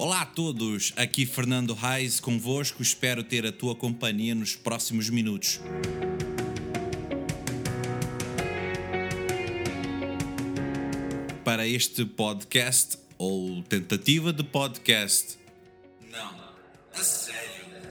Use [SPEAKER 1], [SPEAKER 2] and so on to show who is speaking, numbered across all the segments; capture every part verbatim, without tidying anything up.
[SPEAKER 1] Olá a todos, aqui Fernando Reis convosco, espero ter a tua companhia nos próximos minutos. Para este podcast, ou tentativa de podcast. Não, a sério.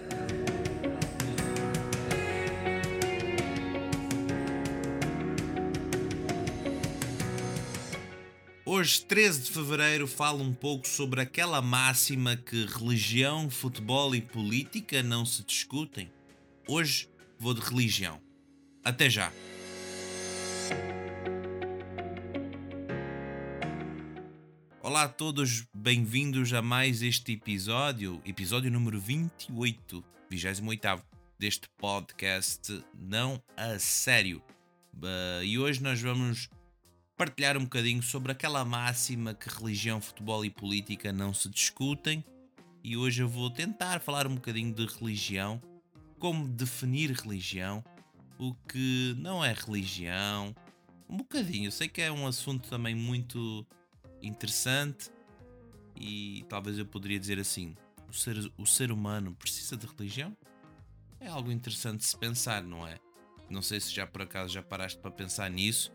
[SPEAKER 1] Hoje, treze de fevereiro, falo um pouco sobre aquela máxima que religião, futebol e política não se discutem. Hoje vou de religião. Até já! Olá a todos, bem-vindos a mais este episódio, episódio número vinte e oito, vigésimo oitavo, deste podcast Não a Sério. E hoje nós vamos partilhar um bocadinho sobre aquela máxima que religião, futebol e política não se discutem. E hoje eu vou tentar falar um bocadinho de religião, como definir religião, o que não é religião, um bocadinho. Eu sei que é um assunto também muito interessante e talvez eu poderia dizer assim, o ser, o ser humano precisa de religião? É algo interessante de se pensar, não é? Não sei se já por acaso já paraste para pensar nisso,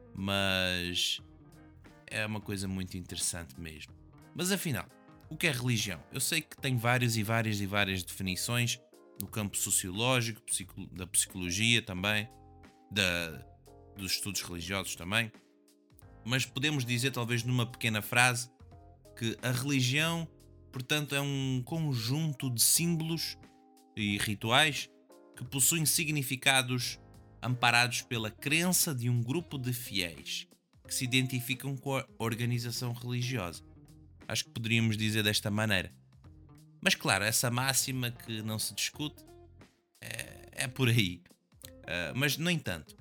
[SPEAKER 1] mas é uma coisa muito interessante mesmo. Mas afinal, o que é religião? Eu sei que tem várias e várias e várias definições no campo sociológico, da psicologia também, da, dos estudos religiosos também, mas podemos dizer talvez numa pequena frase que a religião, portanto, é um conjunto de símbolos e rituais que possuem significados amparados pela crença de um grupo de fiéis que se identificam com a organização religiosa. Acho que poderíamos dizer desta maneira. Mas claro, essa máxima que não se discute é, é por aí. Uh, mas, no entanto,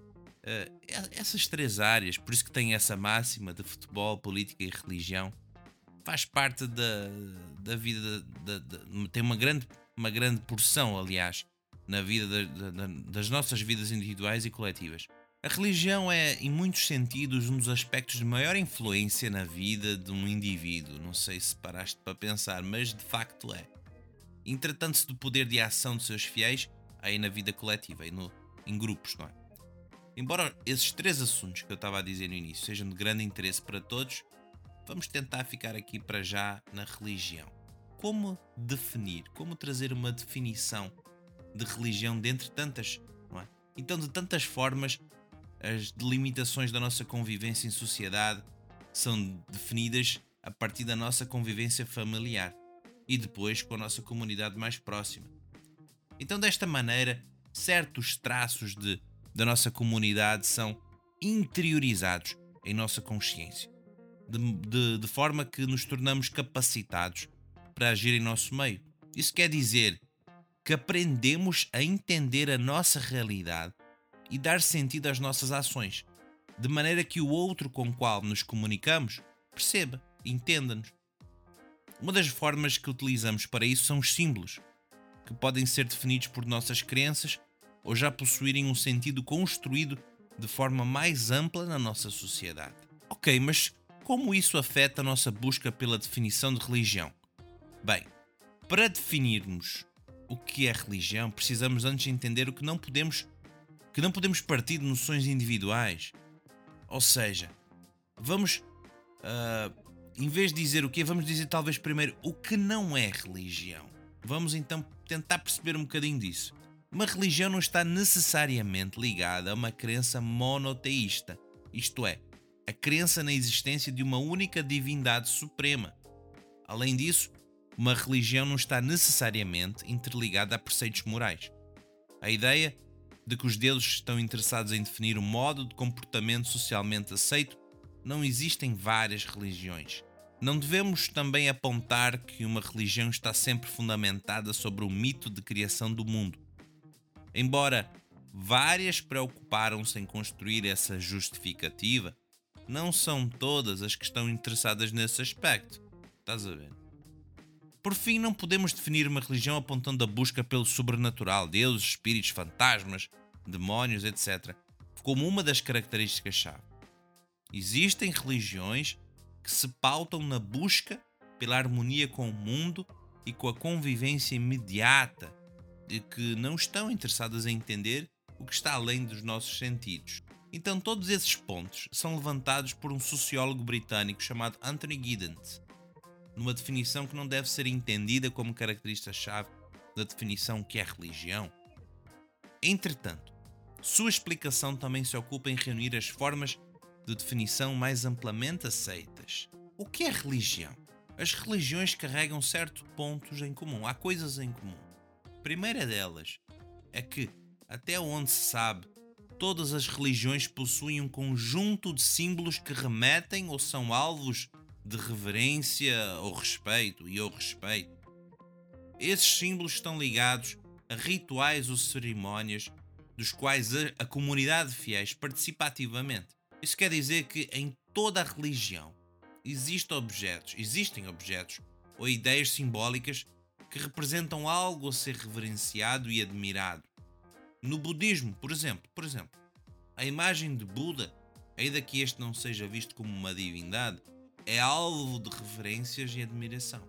[SPEAKER 1] uh, essas três áreas, por isso que tem essa máxima de futebol, política e religião, faz parte da, da vida, da, da, tem uma grande, uma grande porção, aliás, na vida da, da, das nossas vidas individuais e coletivas. A religião é, em muitos sentidos, um dos aspectos de maior influência na vida de um indivíduo. Não sei se paraste para pensar, mas de facto é. Tratando-se do poder de ação de seus fiéis, aí na vida coletiva, e no, em grupos, não é? Embora esses três assuntos que eu estava a dizer no início sejam de grande interesse para todos, vamos tentar ficar aqui para já na religião. Como definir, como trazer uma definição de religião dentre tantas, não é? Então, de tantas formas, as delimitações da nossa convivência em sociedade são definidas a partir da nossa convivência familiar e depois com a nossa comunidade mais próxima. Então, desta maneira, certos traços de, da nossa comunidade são interiorizados em nossa consciência, de, de, de forma que nos tornamos capacitados para agir em nosso meio. Isso quer dizer que aprendemos a entender a nossa realidade e dar sentido às nossas ações, de maneira que o outro com o qual nos comunicamos perceba, entenda-nos. Uma das formas que utilizamos para isso são os símbolos, que podem ser definidos por nossas crenças ou já possuírem um sentido construído de forma mais ampla na nossa sociedade. Ok, mas como isso afeta a nossa busca pela definição de religião? Bem, para definirmos o que é religião, precisamos antes entender o que não podemos, que não podemos partir de noções individuais. Ou seja, vamos, uh, em vez de dizer o que é, vamos dizer talvez primeiro o que não é religião. Vamos então tentar perceber um bocadinho disso. Uma religião não está necessariamente ligada a uma crença monoteísta, isto é, a crença na existência de uma única divindade suprema. Além disso, uma religião não está necessariamente interligada a preceitos morais. A ideia de que os deuses estão interessados em definir um modo de comportamento socialmente aceito não existe em várias religiões. Não devemos também apontar que uma religião está sempre fundamentada sobre o mito de criação do mundo. Embora várias preocuparam-se em construir essa justificativa, não são todas as que estão interessadas nesse aspecto. Estás a ver? Por fim, não podemos definir uma religião apontando a busca pelo sobrenatural, deuses, espíritos, fantasmas, demónios, etcétera, como uma das características-chave. Existem religiões que se pautam na busca pela harmonia com o mundo e com a convivência imediata, e que não estão interessadas em entender o que está além dos nossos sentidos. Então todos esses pontos são levantados por um sociólogo britânico chamado Anthony Giddens, numa definição que não deve ser entendida como característica-chave da definição que é religião. Entretanto, sua explicação também se ocupa em reunir as formas de definição mais amplamente aceitas. O que é religião? As religiões carregam certos pontos em comum, há coisas em comum. A primeira delas é que, até onde se sabe, todas as religiões possuem um conjunto de símbolos que remetem ou são alvos de reverência ou respeito e ou respeito. Esses símbolos estão ligados a rituais ou cerimónias dos quais a, a comunidade de fiéis participa ativamente. Isso quer dizer que em toda a religião existem objetos, existem objetos ou ideias simbólicas que representam algo a ser reverenciado e admirado. No budismo, por exemplo, por exemplo, a imagem de Buda, ainda que este não seja visto como uma divindade, é alvo de reverências e admiração.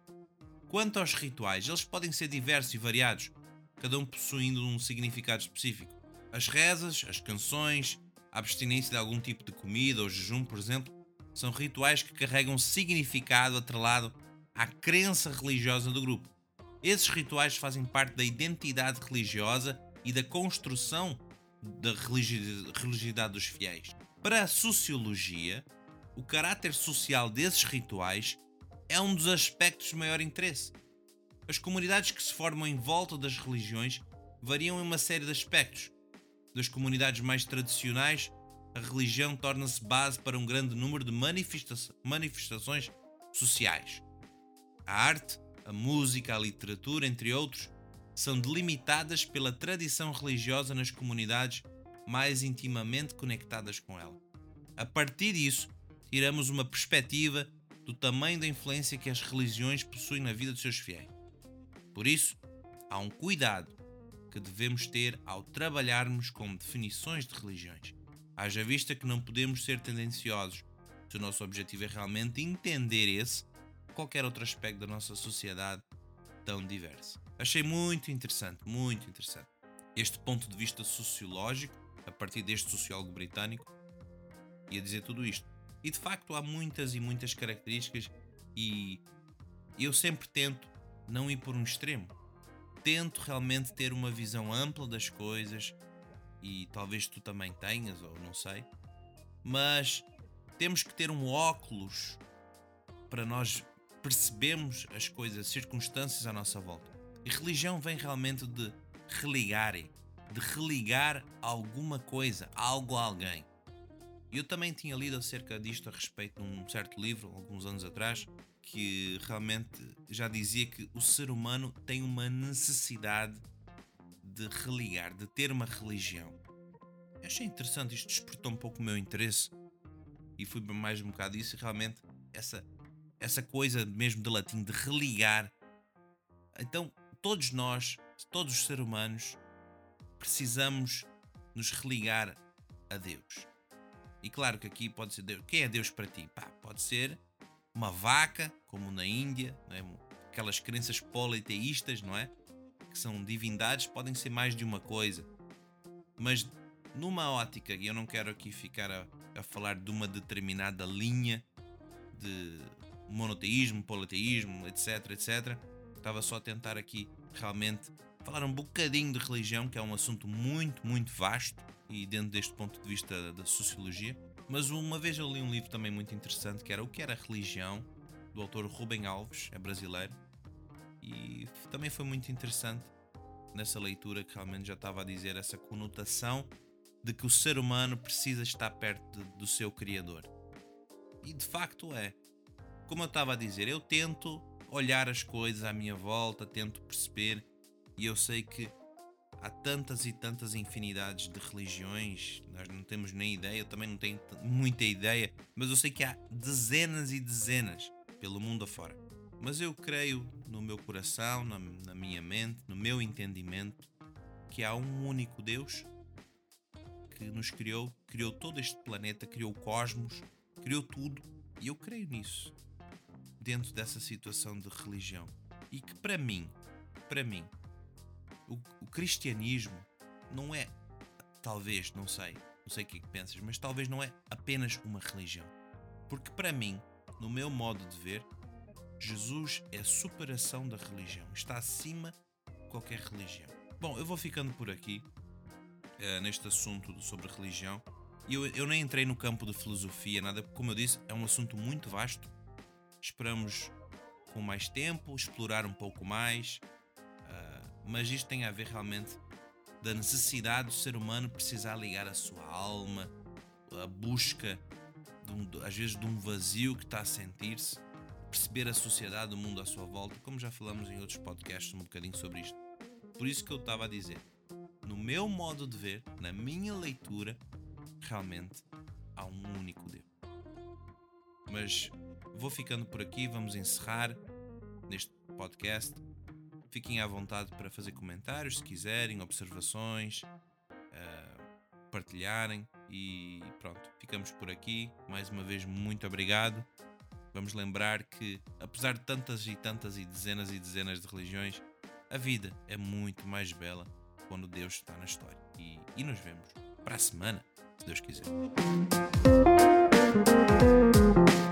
[SPEAKER 1] Quanto aos rituais, eles podem ser diversos e variados, cada um possuindo um significado específico. As rezas, as canções, a abstinência de algum tipo de comida ou jejum, por exemplo, são rituais que carregam significado atrelado à crença religiosa do grupo. Esses rituais fazem parte da identidade religiosa e da construção da religiosidade dos fiéis. Para a sociologia, o caráter social desses rituais é um dos aspectos de maior interesse. As comunidades que se formam em volta das religiões variam em uma série de aspectos. Das comunidades mais tradicionais, a religião torna-se base para um grande número de manifesta- manifestações sociais. A arte, a música, a literatura, entre outros, são delimitadas pela tradição religiosa nas comunidades mais intimamente conectadas com ela. A partir disso, tiramos uma perspectiva do tamanho da influência que as religiões possuem na vida dos seus fiéis. Por isso, há um cuidado que devemos ter ao trabalharmos com definições de religiões. Haja vista que não podemos ser tendenciosos se o nosso objetivo é realmente entender esse ou qualquer outro aspecto da nossa sociedade tão diversa. Achei muito interessante, muito interessante, este ponto de vista sociológico, a partir deste sociólogo britânico, e a dizer tudo isto. E de facto há muitas e muitas características e eu sempre tento não ir por um extremo. Tento realmente ter uma visão ampla das coisas e talvez tu também tenhas, ou não sei. Mas temos que ter um óculos para nós percebermos as coisas, as circunstâncias à nossa volta. E religião vem realmente de religar, de religar alguma coisa, algo a alguém. Eu também tinha lido acerca disto a respeito num certo livro, alguns anos atrás, que realmente já dizia que o ser humano tem uma necessidade de religar, de ter uma religião. Eu achei interessante, isto despertou um pouco o meu interesse e fui mais um bocado disso e realmente essa, essa coisa mesmo de latim, de religar. Então, todos nós, todos os seres humanos, precisamos nos religar a Deus. E claro que aqui pode ser Deus. Quem é Deus para ti? Pá, pode ser uma vaca, como na Índia, não é? Aquelas crenças politeístas, não é? Que são divindades, podem ser mais de uma coisa. Mas numa ótica, e eu não quero aqui ficar a, a falar de uma determinada linha de monoteísmo, politeísmo, etc, etcétera. Estava só a tentar aqui realmente falar um bocadinho de religião, que é um assunto muito, muito vasto e dentro deste ponto de vista da sociologia. Mas uma vez eu li um livro também muito interessante que era O que era religião, do autor Rubem Alves, é brasileiro, e também foi muito interessante nessa leitura que realmente já estava a dizer essa conotação de que o ser humano precisa estar perto de, do seu Criador. E de facto é. Como eu estava a dizer, eu tento olhar as coisas à minha volta, tento perceber, e eu sei que há tantas e tantas infinidades de religiões, nós não temos nem ideia, eu também não tenho muita ideia, mas eu sei que há dezenas e dezenas pelo mundo afora. Mas eu creio no meu coração, na, na minha mente, no meu entendimento, que há um único Deus que nos criou, criou todo este planeta, criou o cosmos, criou tudo, e eu creio nisso. dentro dessa situação de religião. E que para mim, para mim, o, o cristianismo não é, talvez, não sei, não sei o que é que pensas, mas talvez não é apenas uma religião. Porque para mim, no meu modo de ver, Jesus é a superação da religião, está acima de qualquer religião. Bom, eu vou ficando por aqui, uh, neste assunto sobre religião. Eu, eu nem entrei no campo de filosofia, nada, porque, como eu disse, é um assunto muito vasto. Esperamos, com mais tempo, explorar um pouco mais, uh, mas isto tem a ver realmente da necessidade do ser humano precisar ligar a sua alma, a busca, de um, às vezes, de um vazio que está a sentir-se, perceber a sociedade, o mundo à sua volta, como já falamos em outros podcasts um bocadinho sobre isto. Por isso que eu estava a dizer, no meu modo de ver, na minha leitura, realmente há um único Deus. Mas vou ficando por aqui, vamos encerrar neste podcast. Fiquem à vontade para fazer comentários se quiserem, observações, uh, partilharem e pronto, ficamos por aqui. Mais uma vez, muito obrigado. Vamos lembrar que, apesar de tantas e tantas e dezenas e dezenas de religiões, a vida é muito mais bela quando Deus está na história. E, e nos vemos para a semana, se Deus quiser.